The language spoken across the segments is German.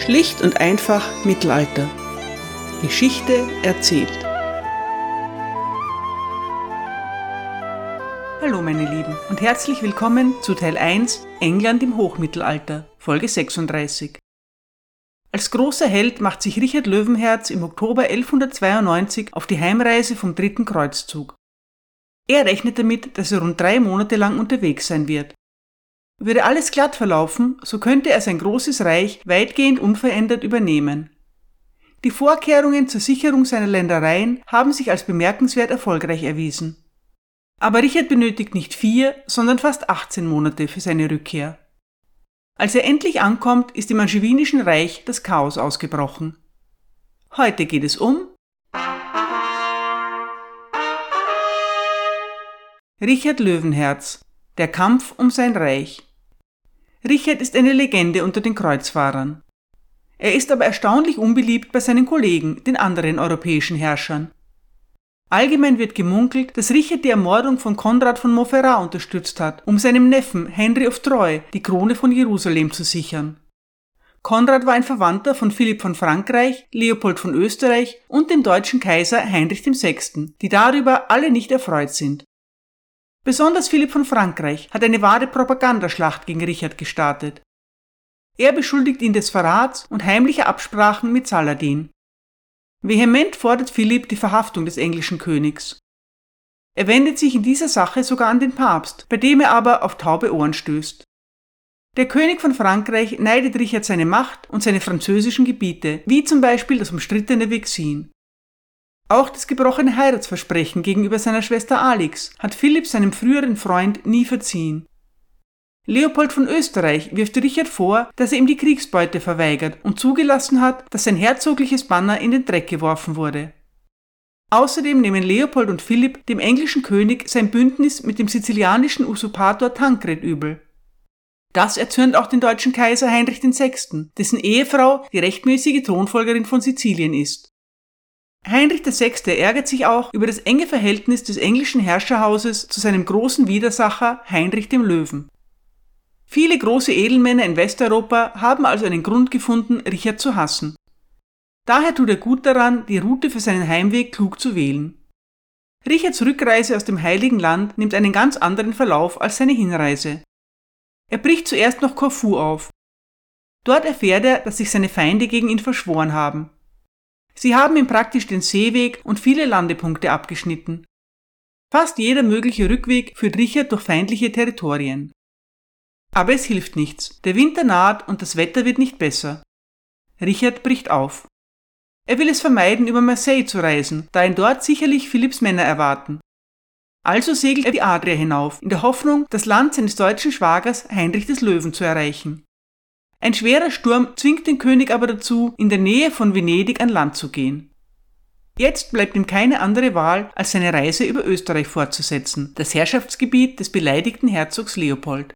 Schlicht und einfach Mittelalter. Geschichte erzählt. Hallo meine Lieben und herzlich willkommen zu Teil 1 England im Hochmittelalter, Folge 36. Als großer Held macht sich Richard Löwenherz im Oktober 1192 auf die Heimreise vom Dritten Kreuzzug. Er rechnet damit, dass er rund 3 Monate lang unterwegs sein wird. Würde alles glatt verlaufen, so könnte er sein großes Reich weitgehend unverändert übernehmen. Die Vorkehrungen zur Sicherung seiner Ländereien haben sich als bemerkenswert erfolgreich erwiesen. Aber Richard benötigt nicht 4, sondern fast 18 Monate für seine Rückkehr. Als er endlich ankommt, ist im Angewinischen Reich das Chaos ausgebrochen. Heute geht es um Richard Löwenherz, der Kampf um sein Reich. Richard ist eine Legende unter den Kreuzfahrern. Er ist aber erstaunlich unbeliebt bei seinen Kollegen, den anderen europäischen Herrschern. Allgemein wird gemunkelt, dass Richard die Ermordung von Konrad von Montferrat unterstützt hat, um seinem Neffen Henry of Troyes die Krone von Jerusalem zu sichern. Konrad war ein Verwandter von Philipp von Frankreich, Leopold von Österreich und dem deutschen Kaiser Heinrich VI., die darüber alle nicht erfreut sind. Besonders Philipp von Frankreich hat eine wahre Propagandaschlacht gegen Richard gestartet. Er beschuldigt ihn des Verrats und heimlicher Absprachen mit Saladin. Vehement fordert Philipp die Verhaftung des englischen Königs. Er wendet sich in dieser Sache sogar an den Papst, bei dem er aber auf taube Ohren stößt. Der König von Frankreich neidet Richard seine Macht und seine französischen Gebiete, wie zum Beispiel das umstrittene Vexin. Auch das gebrochene Heiratsversprechen gegenüber seiner Schwester Alix hat Philipp seinem früheren Freund nie verziehen. Leopold von Österreich wirft Richard vor, dass er ihm die Kriegsbeute verweigert und zugelassen hat, dass sein herzogliches Banner in den Dreck geworfen wurde. Außerdem nehmen Leopold und Philipp dem englischen König sein Bündnis mit dem sizilianischen Usurpator Tancred übel. Das erzürnt auch den deutschen Kaiser Heinrich VI., dessen Ehefrau die rechtmäßige Thronfolgerin von Sizilien ist. Heinrich VI. Ärgert sich auch über das enge Verhältnis des englischen Herrscherhauses zu seinem großen Widersacher Heinrich dem Löwen. Viele große Edelmänner in Westeuropa haben also einen Grund gefunden, Richard zu hassen. Daher tut er gut daran, die Route für seinen Heimweg klug zu wählen. Richards Rückreise aus dem Heiligen Land nimmt einen ganz anderen Verlauf als seine Hinreise. Er bricht zuerst nach Korfu auf. Dort erfährt er, dass sich seine Feinde gegen ihn verschworen haben. Sie haben ihm praktisch den Seeweg und viele Landepunkte abgeschnitten. Fast jeder mögliche Rückweg führt Richard durch feindliche Territorien. Aber es hilft nichts. Der Winter naht und das Wetter wird nicht besser. Richard bricht auf. Er will es vermeiden, über Marseille zu reisen, da ihn dort sicherlich Philipps Männer erwarten. Also segelt er die Adria hinauf, in der Hoffnung, das Land seines deutschen Schwagers Heinrich des Löwen zu erreichen. Ein schwerer Sturm zwingt den König aber dazu, in der Nähe von Venedig an Land zu gehen. Jetzt bleibt ihm keine andere Wahl, als seine Reise über Österreich fortzusetzen, das Herrschaftsgebiet des beleidigten Herzogs Leopold.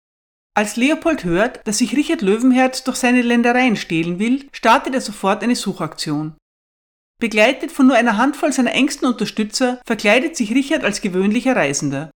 Als Leopold hört, dass sich Richard Löwenherz durch seine Ländereien stehlen will, startet er sofort eine Suchaktion. Begleitet von nur einer Handvoll seiner engsten Unterstützer verkleidet sich Richard als gewöhnlicher Reisender.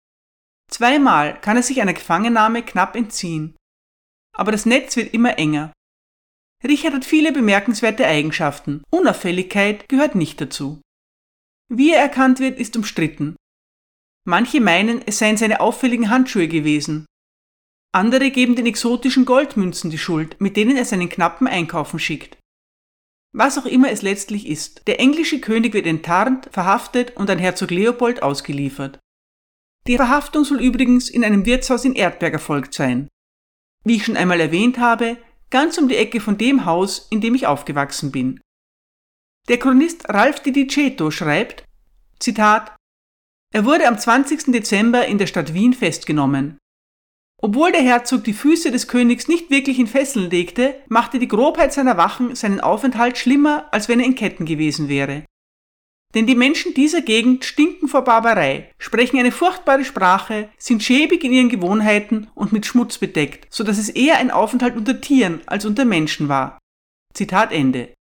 2-mal kann er sich einer Gefangennahme knapp entziehen. Aber das Netz wird immer enger. Richard hat viele bemerkenswerte Eigenschaften, Unauffälligkeit gehört nicht dazu. Wie er erkannt wird, ist umstritten. Manche meinen, es seien seine auffälligen Handschuhe gewesen. Andere geben den exotischen Goldmünzen die Schuld, mit denen er seinen Knappen einkaufen schickt. Was auch immer es letztlich ist, der englische König wird enttarnt, verhaftet und an Herzog Leopold ausgeliefert. Die Verhaftung soll übrigens in einem Wirtshaus in Erdberg erfolgt sein. Wie ich schon einmal erwähnt habe, ganz um die Ecke von dem Haus, in dem ich aufgewachsen bin. Der Chronist Ralph Di Diceto schreibt, Zitat, er wurde am 20. Dezember in der Stadt Wien festgenommen. Obwohl der Herzog die Füße des Königs nicht wirklich in Fesseln legte, machte die Grobheit seiner Wachen seinen Aufenthalt schlimmer, als wenn er in Ketten gewesen wäre. Denn die Menschen dieser Gegend stinken vor Barbarei, sprechen eine furchtbare Sprache, sind schäbig in ihren Gewohnheiten und mit Schmutz bedeckt, so dass es eher ein Aufenthalt unter Tieren als unter Menschen war. Zitat Ende.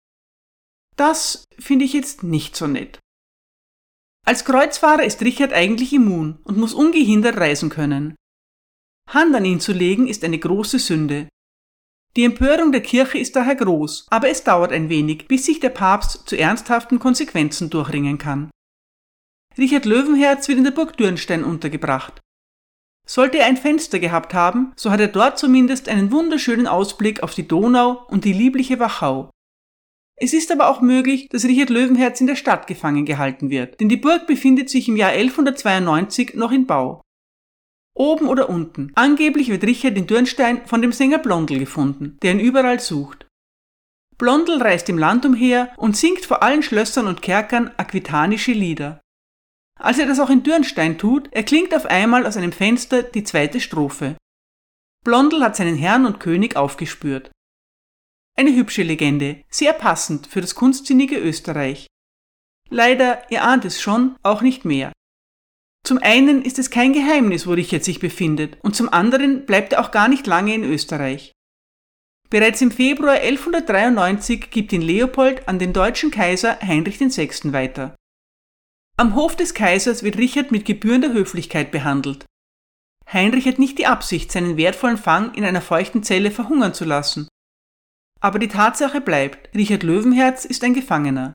Das finde ich jetzt nicht so nett. Als Kreuzfahrer ist Richard eigentlich immun und muss ungehindert reisen können. Hand an ihn zu legen ist eine große Sünde. Die Empörung der Kirche ist daher groß, aber es dauert ein wenig, bis sich der Papst zu ernsthaften Konsequenzen durchringen kann. Richard Löwenherz wird in der Burg Dürnstein untergebracht. Sollte er ein Fenster gehabt haben, so hat er dort zumindest einen wunderschönen Ausblick auf die Donau und die liebliche Wachau. Es ist aber auch möglich, dass Richard Löwenherz in der Stadt gefangen gehalten wird, denn die Burg befindet sich im Jahr 1192 noch in Bau. Oben oder unten. Angeblich wird Richard in Dürnstein von dem Sänger Blondel gefunden, der ihn überall sucht. Blondel reist im Land umher und singt vor allen Schlössern und Kerkern aquitanische Lieder. Als er das auch in Dürnstein tut, erklingt auf einmal aus einem Fenster die zweite Strophe. Blondel hat seinen Herrn und König aufgespürt. Eine hübsche Legende, sehr passend für das kunstsinnige Österreich. Leider, ihr ahnt es schon, auch nicht mehr. Zum einen ist es kein Geheimnis, wo Richard sich befindet, und zum anderen bleibt er auch gar nicht lange in Österreich. Bereits im Februar 1193 gibt ihn Leopold an den deutschen Kaiser Heinrich VI. Weiter. Am Hof des Kaisers wird Richard mit gebührender Höflichkeit behandelt. Heinrich hat nicht die Absicht, seinen wertvollen Fang in einer feuchten Zelle verhungern zu lassen. Aber die Tatsache bleibt, Richard Löwenherz ist ein Gefangener.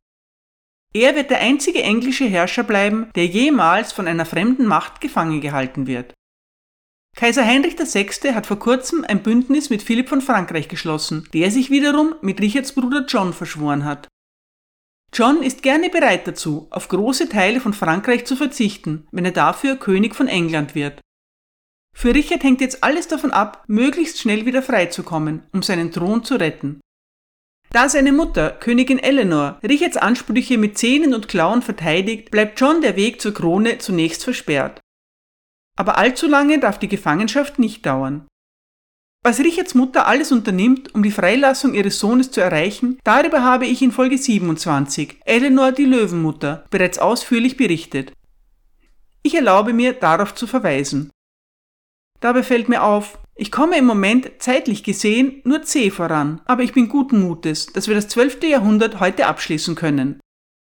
Er wird der einzige englische Herrscher bleiben, der jemals von einer fremden Macht gefangen gehalten wird. Kaiser Heinrich VI. Hat vor kurzem ein Bündnis mit Philipp von Frankreich geschlossen, der sich wiederum mit Richards Bruder John verschworen hat. John ist gerne bereit dazu, auf große Teile von Frankreich zu verzichten, wenn er dafür König von England wird. Für Richard hängt jetzt alles davon ab, möglichst schnell wieder freizukommen, um seinen Thron zu retten. Da seine Mutter, Königin Eleanor, Richards Ansprüche mit Zähnen und Klauen verteidigt, bleibt John der Weg zur Krone zunächst versperrt. Aber allzu lange darf die Gefangenschaft nicht dauern. Was Richards Mutter alles unternimmt, um die Freilassung ihres Sohnes zu erreichen, darüber habe ich in Folge 27, Eleanor die Löwenmutter, bereits ausführlich berichtet. Ich erlaube mir, darauf zu verweisen. Dabei fällt mir auf, ich komme im Moment zeitlich gesehen nur zäh voran, aber ich bin guten Mutes, dass wir das 12. Jahrhundert heute abschließen können.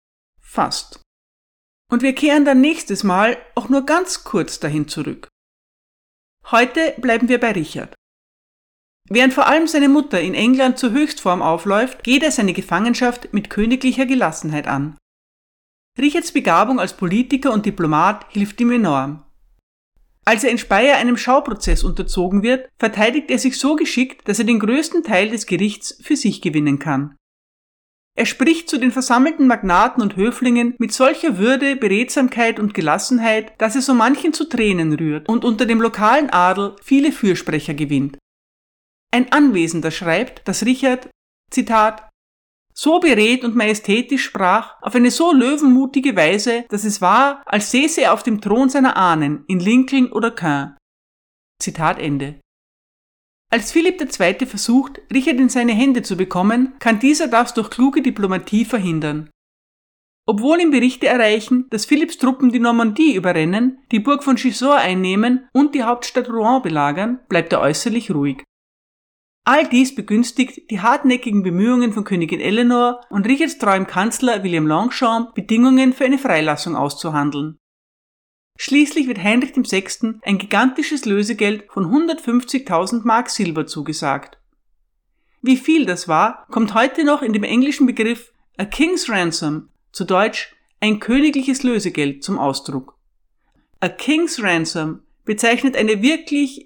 Fast. Und wir kehren dann nächstes Mal auch nur ganz kurz dahin zurück. Heute bleiben wir bei Richard. Während vor allem seine Mutter in England zur Höchstform aufläuft, geht er seine Gefangenschaft mit königlicher Gelassenheit an. Richards Begabung als Politiker und Diplomat hilft ihm enorm. Als er in Speyer einem Schauprozess unterzogen wird, verteidigt er sich so geschickt, dass er den größten Teil des Gerichts für sich gewinnen kann. Er spricht zu den versammelten Magnaten und Höflingen mit solcher Würde, Beredsamkeit und Gelassenheit, dass er so manchen zu Tränen rührt und unter dem lokalen Adel viele Fürsprecher gewinnt. Ein Anwesender schreibt, dass Richard, Zitat, so beredt und majestätisch sprach, auf eine so löwenmutige Weise, dass es war, als säße er auf dem Thron seiner Ahnen in Lincoln oder Caen. Zitat Ende. Als Philipp II. Versucht, Richard in seine Hände zu bekommen, kann dieser das durch kluge Diplomatie verhindern. Obwohl ihm Berichte erreichen, dass Philipps Truppen die Normandie überrennen, die Burg von Gisors einnehmen und die Hauptstadt Rouen belagern, bleibt er äußerlich ruhig. All dies begünstigt die hartnäckigen Bemühungen von Königin Eleanor und Richards treuem Kanzler William Longchamp, Bedingungen für eine Freilassung auszuhandeln. Schließlich wird Heinrich VI. Ein gigantisches Lösegeld von 150.000 Mark Silber zugesagt. Wie viel das war, kommt heute noch in dem englischen Begriff a king's ransom, zu Deutsch ein königliches Lösegeld, zum Ausdruck. A king's ransom bezeichnet eine wirklich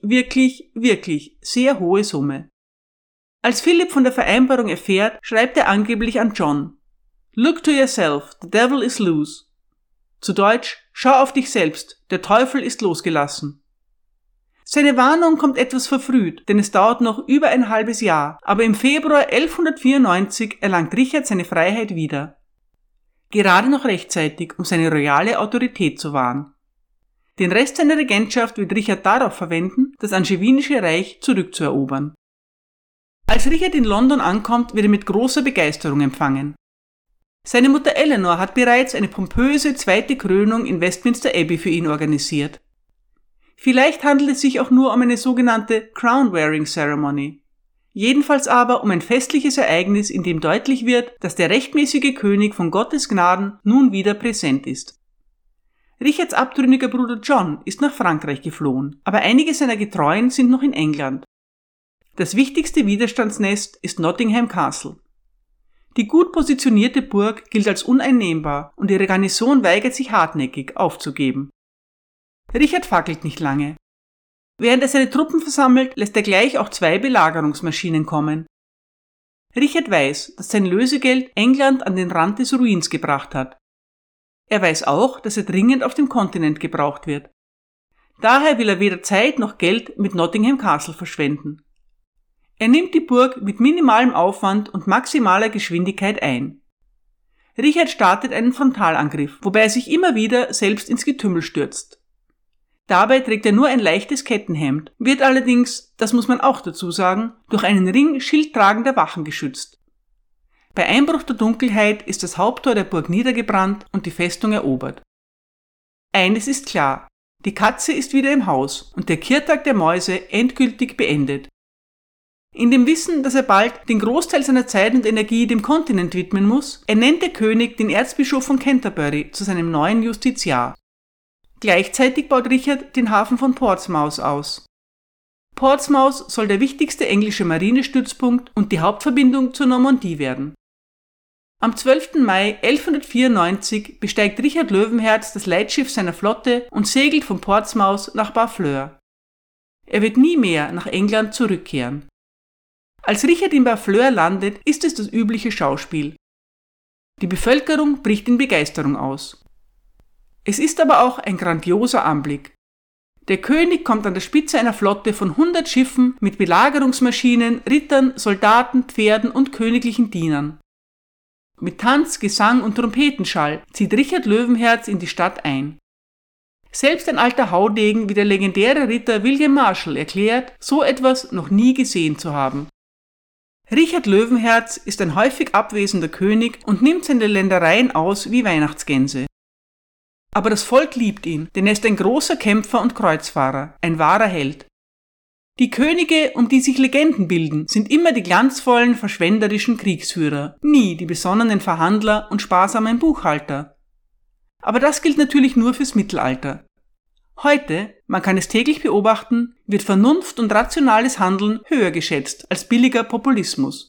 sehr hohe Summe. Als Philipp von der Vereinbarung erfährt, schreibt er angeblich an John: Look to yourself, the devil is loose. Zu Deutsch, schau auf dich selbst, der Teufel ist losgelassen. Seine Warnung kommt etwas verfrüht, denn es dauert noch über ein halbes Jahr, aber im Februar 1194 erlangt Richard seine Freiheit wieder. Gerade noch rechtzeitig, um seine royale Autorität zu wahren. Den Rest seiner Regentschaft wird Richard darauf verwenden, das Angevinische Reich zurückzuerobern. Als Richard in London ankommt, wird er mit großer Begeisterung empfangen. Seine Mutter Eleanor hat bereits eine pompöse zweite Krönung in Westminster Abbey für ihn organisiert. Vielleicht handelt es sich auch nur um eine sogenannte Crown-Wearing Ceremony. Jedenfalls aber um ein festliches Ereignis, in dem deutlich wird, dass der rechtmäßige König von Gottes Gnaden nun wieder präsent ist. Richards abtrünniger Bruder John ist nach Frankreich geflohen, aber einige seiner Getreuen sind noch in England. Das wichtigste Widerstandsnest ist Nottingham Castle. Die gut positionierte Burg gilt als uneinnehmbar und ihre Garnison weigert sich hartnäckig aufzugeben. Richard fackelt nicht lange. Während er seine Truppen versammelt, lässt er gleich auch 2 Belagerungsmaschinen kommen. Richard weiß, dass sein Lösegeld England an den Rand des Ruins gebracht hat. Er weiß auch, dass er dringend auf dem Kontinent gebraucht wird. Daher will er weder Zeit noch Geld mit Nottingham Castle verschwenden. Er nimmt die Burg mit minimalem Aufwand und maximaler Geschwindigkeit ein. Richard startet einen Frontalangriff, wobei er sich immer wieder selbst ins Getümmel stürzt. Dabei trägt er nur ein leichtes Kettenhemd, wird allerdings, das muss man auch dazu sagen, durch einen Ring schildtragender Wachen geschützt. Bei Einbruch der Dunkelheit ist das Haupttor der Burg niedergebrannt und die Festung erobert. Eines ist klar, die Katze ist wieder im Haus und der Kirtag der Mäuse endgültig beendet. In dem Wissen, dass er bald den Großteil seiner Zeit und Energie dem Kontinent widmen muss, ernennt der König den Erzbischof von Canterbury zu seinem neuen Justiziar. Gleichzeitig baut Richard den Hafen von Portsmouth aus. Portsmouth soll der wichtigste englische Marinestützpunkt und die Hauptverbindung zur Normandie werden. Am 12. Mai 1194 besteigt Richard Löwenherz das Leitschiff seiner Flotte und segelt von Portsmouth nach Barfleur. Er wird nie mehr nach England zurückkehren. Als Richard in Barfleur landet, ist es das übliche Schauspiel. Die Bevölkerung bricht in Begeisterung aus. Es ist aber auch ein grandioser Anblick. Der König kommt an der Spitze einer Flotte von 100 Schiffen mit Belagerungsmaschinen, Rittern, Soldaten, Pferden und königlichen Dienern. Mit Tanz, Gesang und Trompetenschall zieht Richard Löwenherz in die Stadt ein. Selbst ein alter Haudegen wie der legendäre Ritter William Marshall erklärt, so etwas noch nie gesehen zu haben. Richard Löwenherz ist ein häufig abwesender König und nimmt seine Ländereien aus wie Weihnachtsgänse. Aber das Volk liebt ihn, denn er ist ein großer Kämpfer und Kreuzfahrer, ein wahrer Held. Die Könige, um die sich Legenden bilden, sind immer die glanzvollen, verschwenderischen Kriegsführer, nie die besonnenen Verhandler und sparsamen Buchhalter. Aber das gilt natürlich nur fürs Mittelalter. Heute, man kann es täglich beobachten, wird Vernunft und rationales Handeln höher geschätzt als billiger Populismus.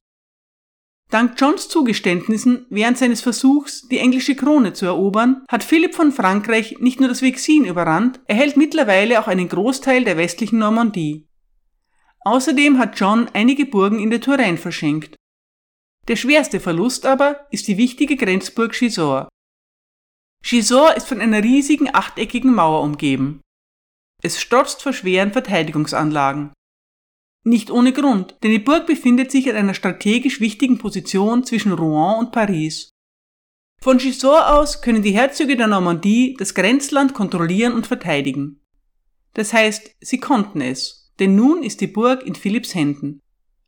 Dank Johns Zugeständnissen während seines Versuchs, die englische Krone zu erobern, hat Philipp von Frankreich nicht nur das Vexin überrannt, er hält mittlerweile auch einen Großteil der westlichen Normandie. Außerdem hat John einige Burgen in der Touraine verschenkt. Der schwerste Verlust aber ist die wichtige Grenzburg Gisors. Gisors ist von einer riesigen achteckigen Mauer umgeben. Es strotzt vor schweren Verteidigungsanlagen. Nicht ohne Grund, denn die Burg befindet sich an einer strategisch wichtigen Position zwischen Rouen und Paris. Von Gisors aus können die Herzöge der Normandie das Grenzland kontrollieren und verteidigen. Das heißt, sie konnten es, denn nun ist die Burg in Philipps Händen.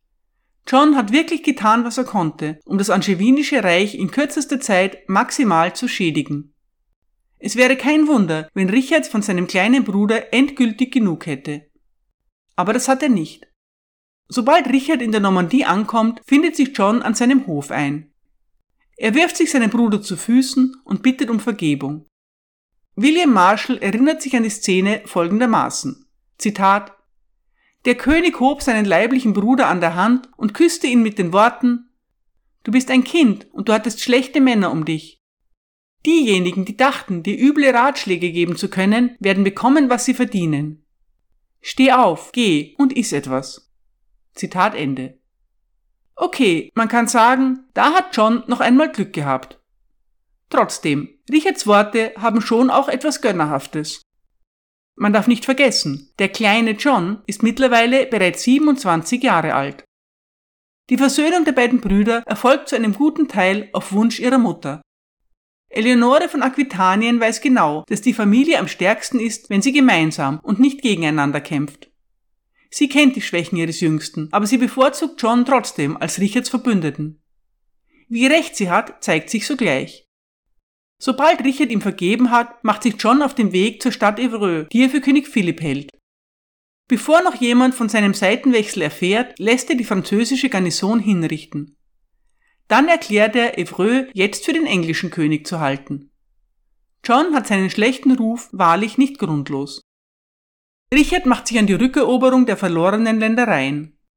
John hat wirklich getan, was er konnte, um das angevinische Reich in kürzester Zeit maximal zu schädigen. Es wäre kein Wunder, wenn Richard von seinem kleinen Bruder endgültig genug hätte. Aber das hat er nicht. Sobald Richard in der Normandie ankommt, findet sich John an seinem Hof ein. Er wirft sich seinem Bruder zu Füßen und bittet um Vergebung. William Marshall erinnert sich an die Szene folgendermaßen. Zitat: Der König hob seinen leiblichen Bruder an der Hand und küsste ihn mit den Worten: Du bist ein Kind und du hattest schlechte Männer um dich. Diejenigen, die dachten, dir üble Ratschläge geben zu können, werden bekommen, was sie verdienen. Steh auf, geh und iss etwas. Zitat Ende. Okay, man kann sagen, da hat John noch einmal Glück gehabt. Trotzdem, Richards Worte haben schon auch etwas Gönnerhaftes. Man darf nicht vergessen, der kleine John ist mittlerweile bereits 27 Jahre alt. Die Versöhnung der beiden Brüder erfolgt zu einem guten Teil auf Wunsch ihrer Mutter. Eleonore von Aquitanien weiß genau, dass die Familie am stärksten ist, wenn sie gemeinsam und nicht gegeneinander kämpft. Sie kennt die Schwächen ihres Jüngsten, aber sie bevorzugt John trotzdem als Richards Verbündeten. Wie recht sie hat, zeigt sich sogleich. Sobald Richard ihm vergeben hat, macht sich John auf den Weg zur Stadt Evreux, die er für König Philipp hält. Bevor noch jemand von seinem Seitenwechsel erfährt, lässt er die französische Garnison hinrichten. Dann erklärt er, Evreux jetzt für den englischen König zu halten. John hat seinen schlechten Ruf wahrlich nicht grundlos. Richard macht sich an die Rückeroberung der verlorenen Ländereien.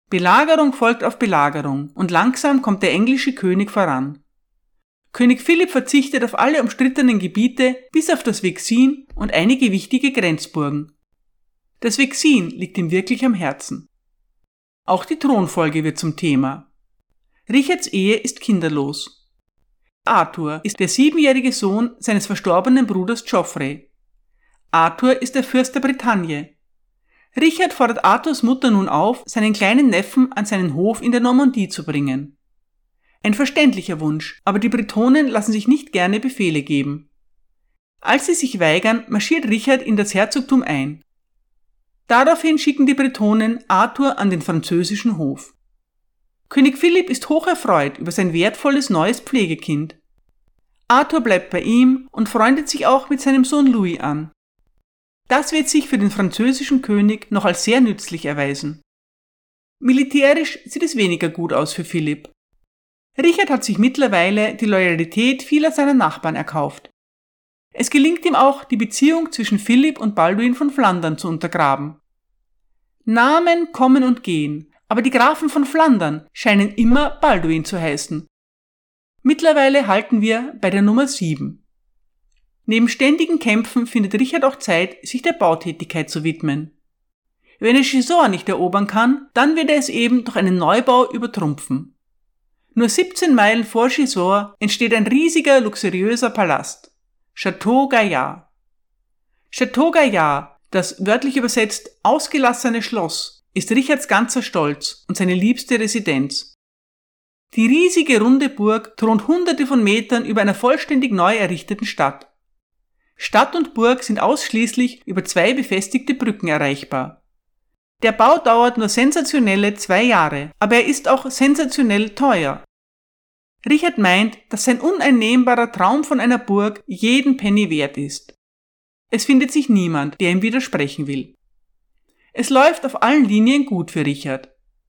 Belagerung folgt auf Belagerung und langsam kommt der englische König voran. König Philipp verzichtet auf alle umstrittenen Gebiete bis auf das Vexin und einige wichtige Grenzburgen. Das Vexin liegt ihm wirklich am Herzen. Auch die Thronfolge wird zum Thema. Richards Ehe ist kinderlos. Arthur ist der 7-jährige Sohn seines verstorbenen Bruders Geoffrey. Arthur ist der Fürst der Bretagne. Richard fordert Arthurs Mutter nun auf, seinen kleinen Neffen an seinen Hof in der Normandie zu bringen. Ein verständlicher Wunsch, aber die Bretonen lassen sich nicht gerne Befehle geben. Als sie sich weigern, marschiert Richard in das Herzogtum ein. Daraufhin schicken die Bretonen Arthur an den französischen Hof. König Philipp ist hocherfreut über sein wertvolles neues Pflegekind. Arthur bleibt bei ihm und freundet sich auch mit seinem Sohn Louis an. Das wird sich für den französischen König noch als sehr nützlich erweisen. Militärisch sieht es weniger gut aus für Philipp. Richard hat sich mittlerweile die Loyalität vieler seiner Nachbarn erkauft. Es gelingt ihm auch, die Beziehung zwischen Philipp und Balduin von Flandern zu untergraben. Namen kommen und gehen, aber die Grafen von Flandern scheinen immer Balduin zu heißen. Mittlerweile halten wir bei der Nummer 7. Neben ständigen Kämpfen findet Richard auch Zeit, sich der Bautätigkeit zu widmen. Wenn er Gisors nicht erobern kann, dann wird er es eben durch einen Neubau übertrumpfen. Nur 17 Meilen vor Gisors entsteht ein riesiger, luxuriöser Palast. Château Gaillard. Château Gaillard, das wörtlich übersetzt ausgelassene Schloss, ist Richards ganzer Stolz und seine liebste Residenz. Die riesige runde Burg thront hunderte von Metern über einer vollständig neu errichteten Stadt. Stadt und Burg sind ausschließlich über 2 befestigte Brücken erreichbar. Der Bau dauert nur sensationelle 2 Jahre, aber er ist auch sensationell teuer. Richard meint, dass sein uneinnehmbarer Traum von einer Burg jeden Penny wert ist. Es findet sich niemand, der ihm widersprechen will. Es läuft auf allen Linien gut für Richard.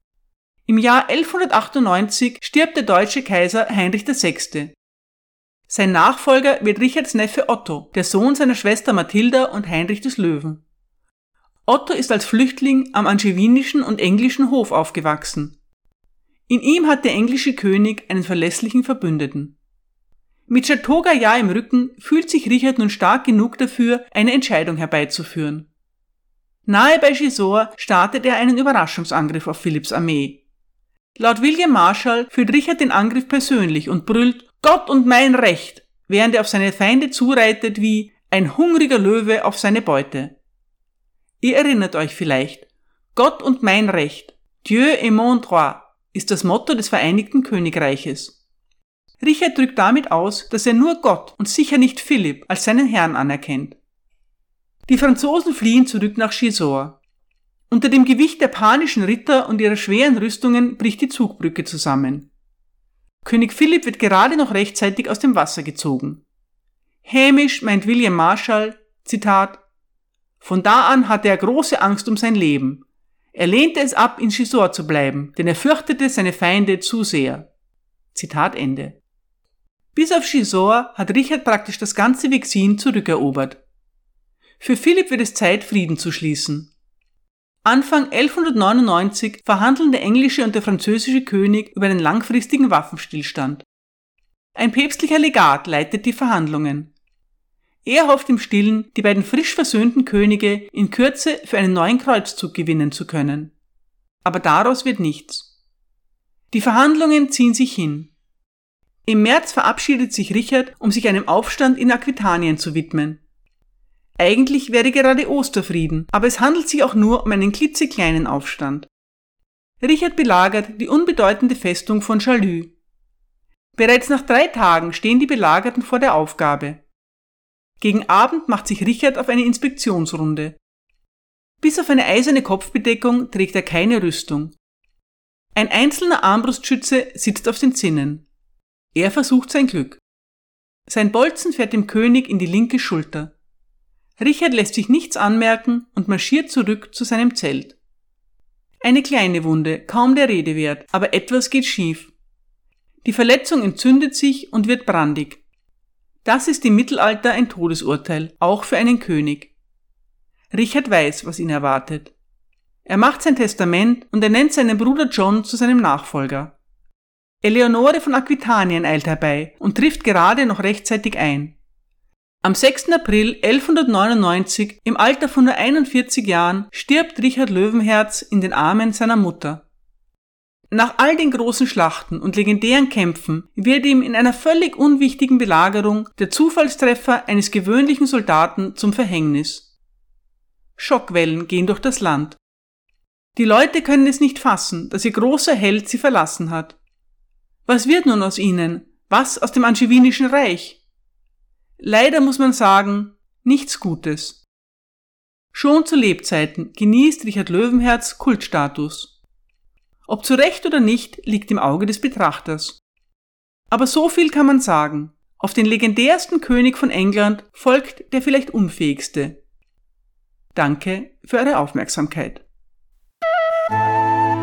Im Jahr 1198 stirbt der deutsche Kaiser Heinrich VI. Sein Nachfolger wird Richards Neffe Otto, der Sohn seiner Schwester Mathilda und Heinrich des Löwen. Otto ist als Flüchtling am angevinischen und englischen Hof aufgewachsen. In ihm hat der englische König einen verlässlichen Verbündeten. Mit Château Gaillard im Rücken fühlt sich Richard nun stark genug dafür, eine Entscheidung herbeizuführen. Nahe bei Gisors startet er einen Überraschungsangriff auf Philipps Armee. Laut William Marshall führt Richard den Angriff persönlich und brüllt »Gott und mein Recht«, während er auf seine Feinde zureitet wie ein hungriger Löwe auf seine Beute. Ihr erinnert euch vielleicht, »Gott und mein Recht«, Dieu et mon droit, ist das Motto des Vereinigten Königreiches. Richard drückt damit aus, dass er nur Gott und sicher nicht Philipp als seinen Herrn anerkennt. Die Franzosen fliehen zurück nach Gisors. Unter dem Gewicht der panischen Ritter und ihrer schweren Rüstungen bricht die Zugbrücke zusammen. König Philipp wird gerade noch rechtzeitig aus dem Wasser gezogen. Hämisch meint William Marshall, Zitat, »Von da an hatte er große Angst um sein Leben. Er lehnte es ab, in Gisors zu bleiben, denn er fürchtete seine Feinde zu sehr.« Zitat Ende. Bis auf Gisors hat Richard praktisch das ganze Vexin zurückerobert. Für Philipp wird es Zeit, Frieden zu schließen. Anfang 1199 verhandeln der englische und der französische König über einen langfristigen Waffenstillstand. Ein päpstlicher Legat leitet die Verhandlungen. Er hofft im Stillen, die beiden frisch versöhnten Könige in Kürze für einen neuen Kreuzzug gewinnen zu können. Aber daraus wird nichts. Die Verhandlungen ziehen sich hin. Im März verabschiedet sich Richard, um sich einem Aufstand in Aquitanien zu widmen. Eigentlich wäre gerade Osterfrieden, aber es handelt sich auch nur um einen klitzekleinen Aufstand. Richard belagert die unbedeutende Festung von Chalus. Bereits nach 3 Tagen stehen die Belagerten vor der Aufgabe. Gegen Abend macht sich Richard auf eine Inspektionsrunde. Bis auf eine eiserne Kopfbedeckung trägt er keine Rüstung. Ein einzelner Armbrustschütze sitzt auf den Zinnen. Er versucht sein Glück. Sein Bolzen fährt dem König in die linke Schulter. Richard lässt sich nichts anmerken und marschiert zurück zu seinem Zelt. Eine kleine Wunde, kaum der Rede wert, aber etwas geht schief. Die Verletzung entzündet sich und wird brandig. Das ist im Mittelalter ein Todesurteil, auch für einen König. Richard weiß, was ihn erwartet. Er macht sein Testament und ernennt seinen Bruder John zu seinem Nachfolger. Eleonore von Aquitanien eilt herbei und trifft gerade noch rechtzeitig ein. Am 6. April 1199, im Alter von nur 41 Jahren, stirbt Richard Löwenherz in den Armen seiner Mutter. Nach all den großen Schlachten und legendären Kämpfen wird ihm in einer völlig unwichtigen Belagerung der Zufallstreffer eines gewöhnlichen Soldaten zum Verhängnis. Schockwellen gehen durch das Land. Die Leute können es nicht fassen, dass ihr großer Held sie verlassen hat. Was wird nun aus ihnen? Was aus dem Angewinischen Reich? Leider muss man sagen, nichts Gutes. Schon zu Lebzeiten genießt Richard Löwenherz Kultstatus. Ob zu Recht oder nicht, liegt im Auge des Betrachters. Aber so viel kann man sagen. Auf den legendärsten König von England folgt der vielleicht unfähigste. Danke für eure Aufmerksamkeit.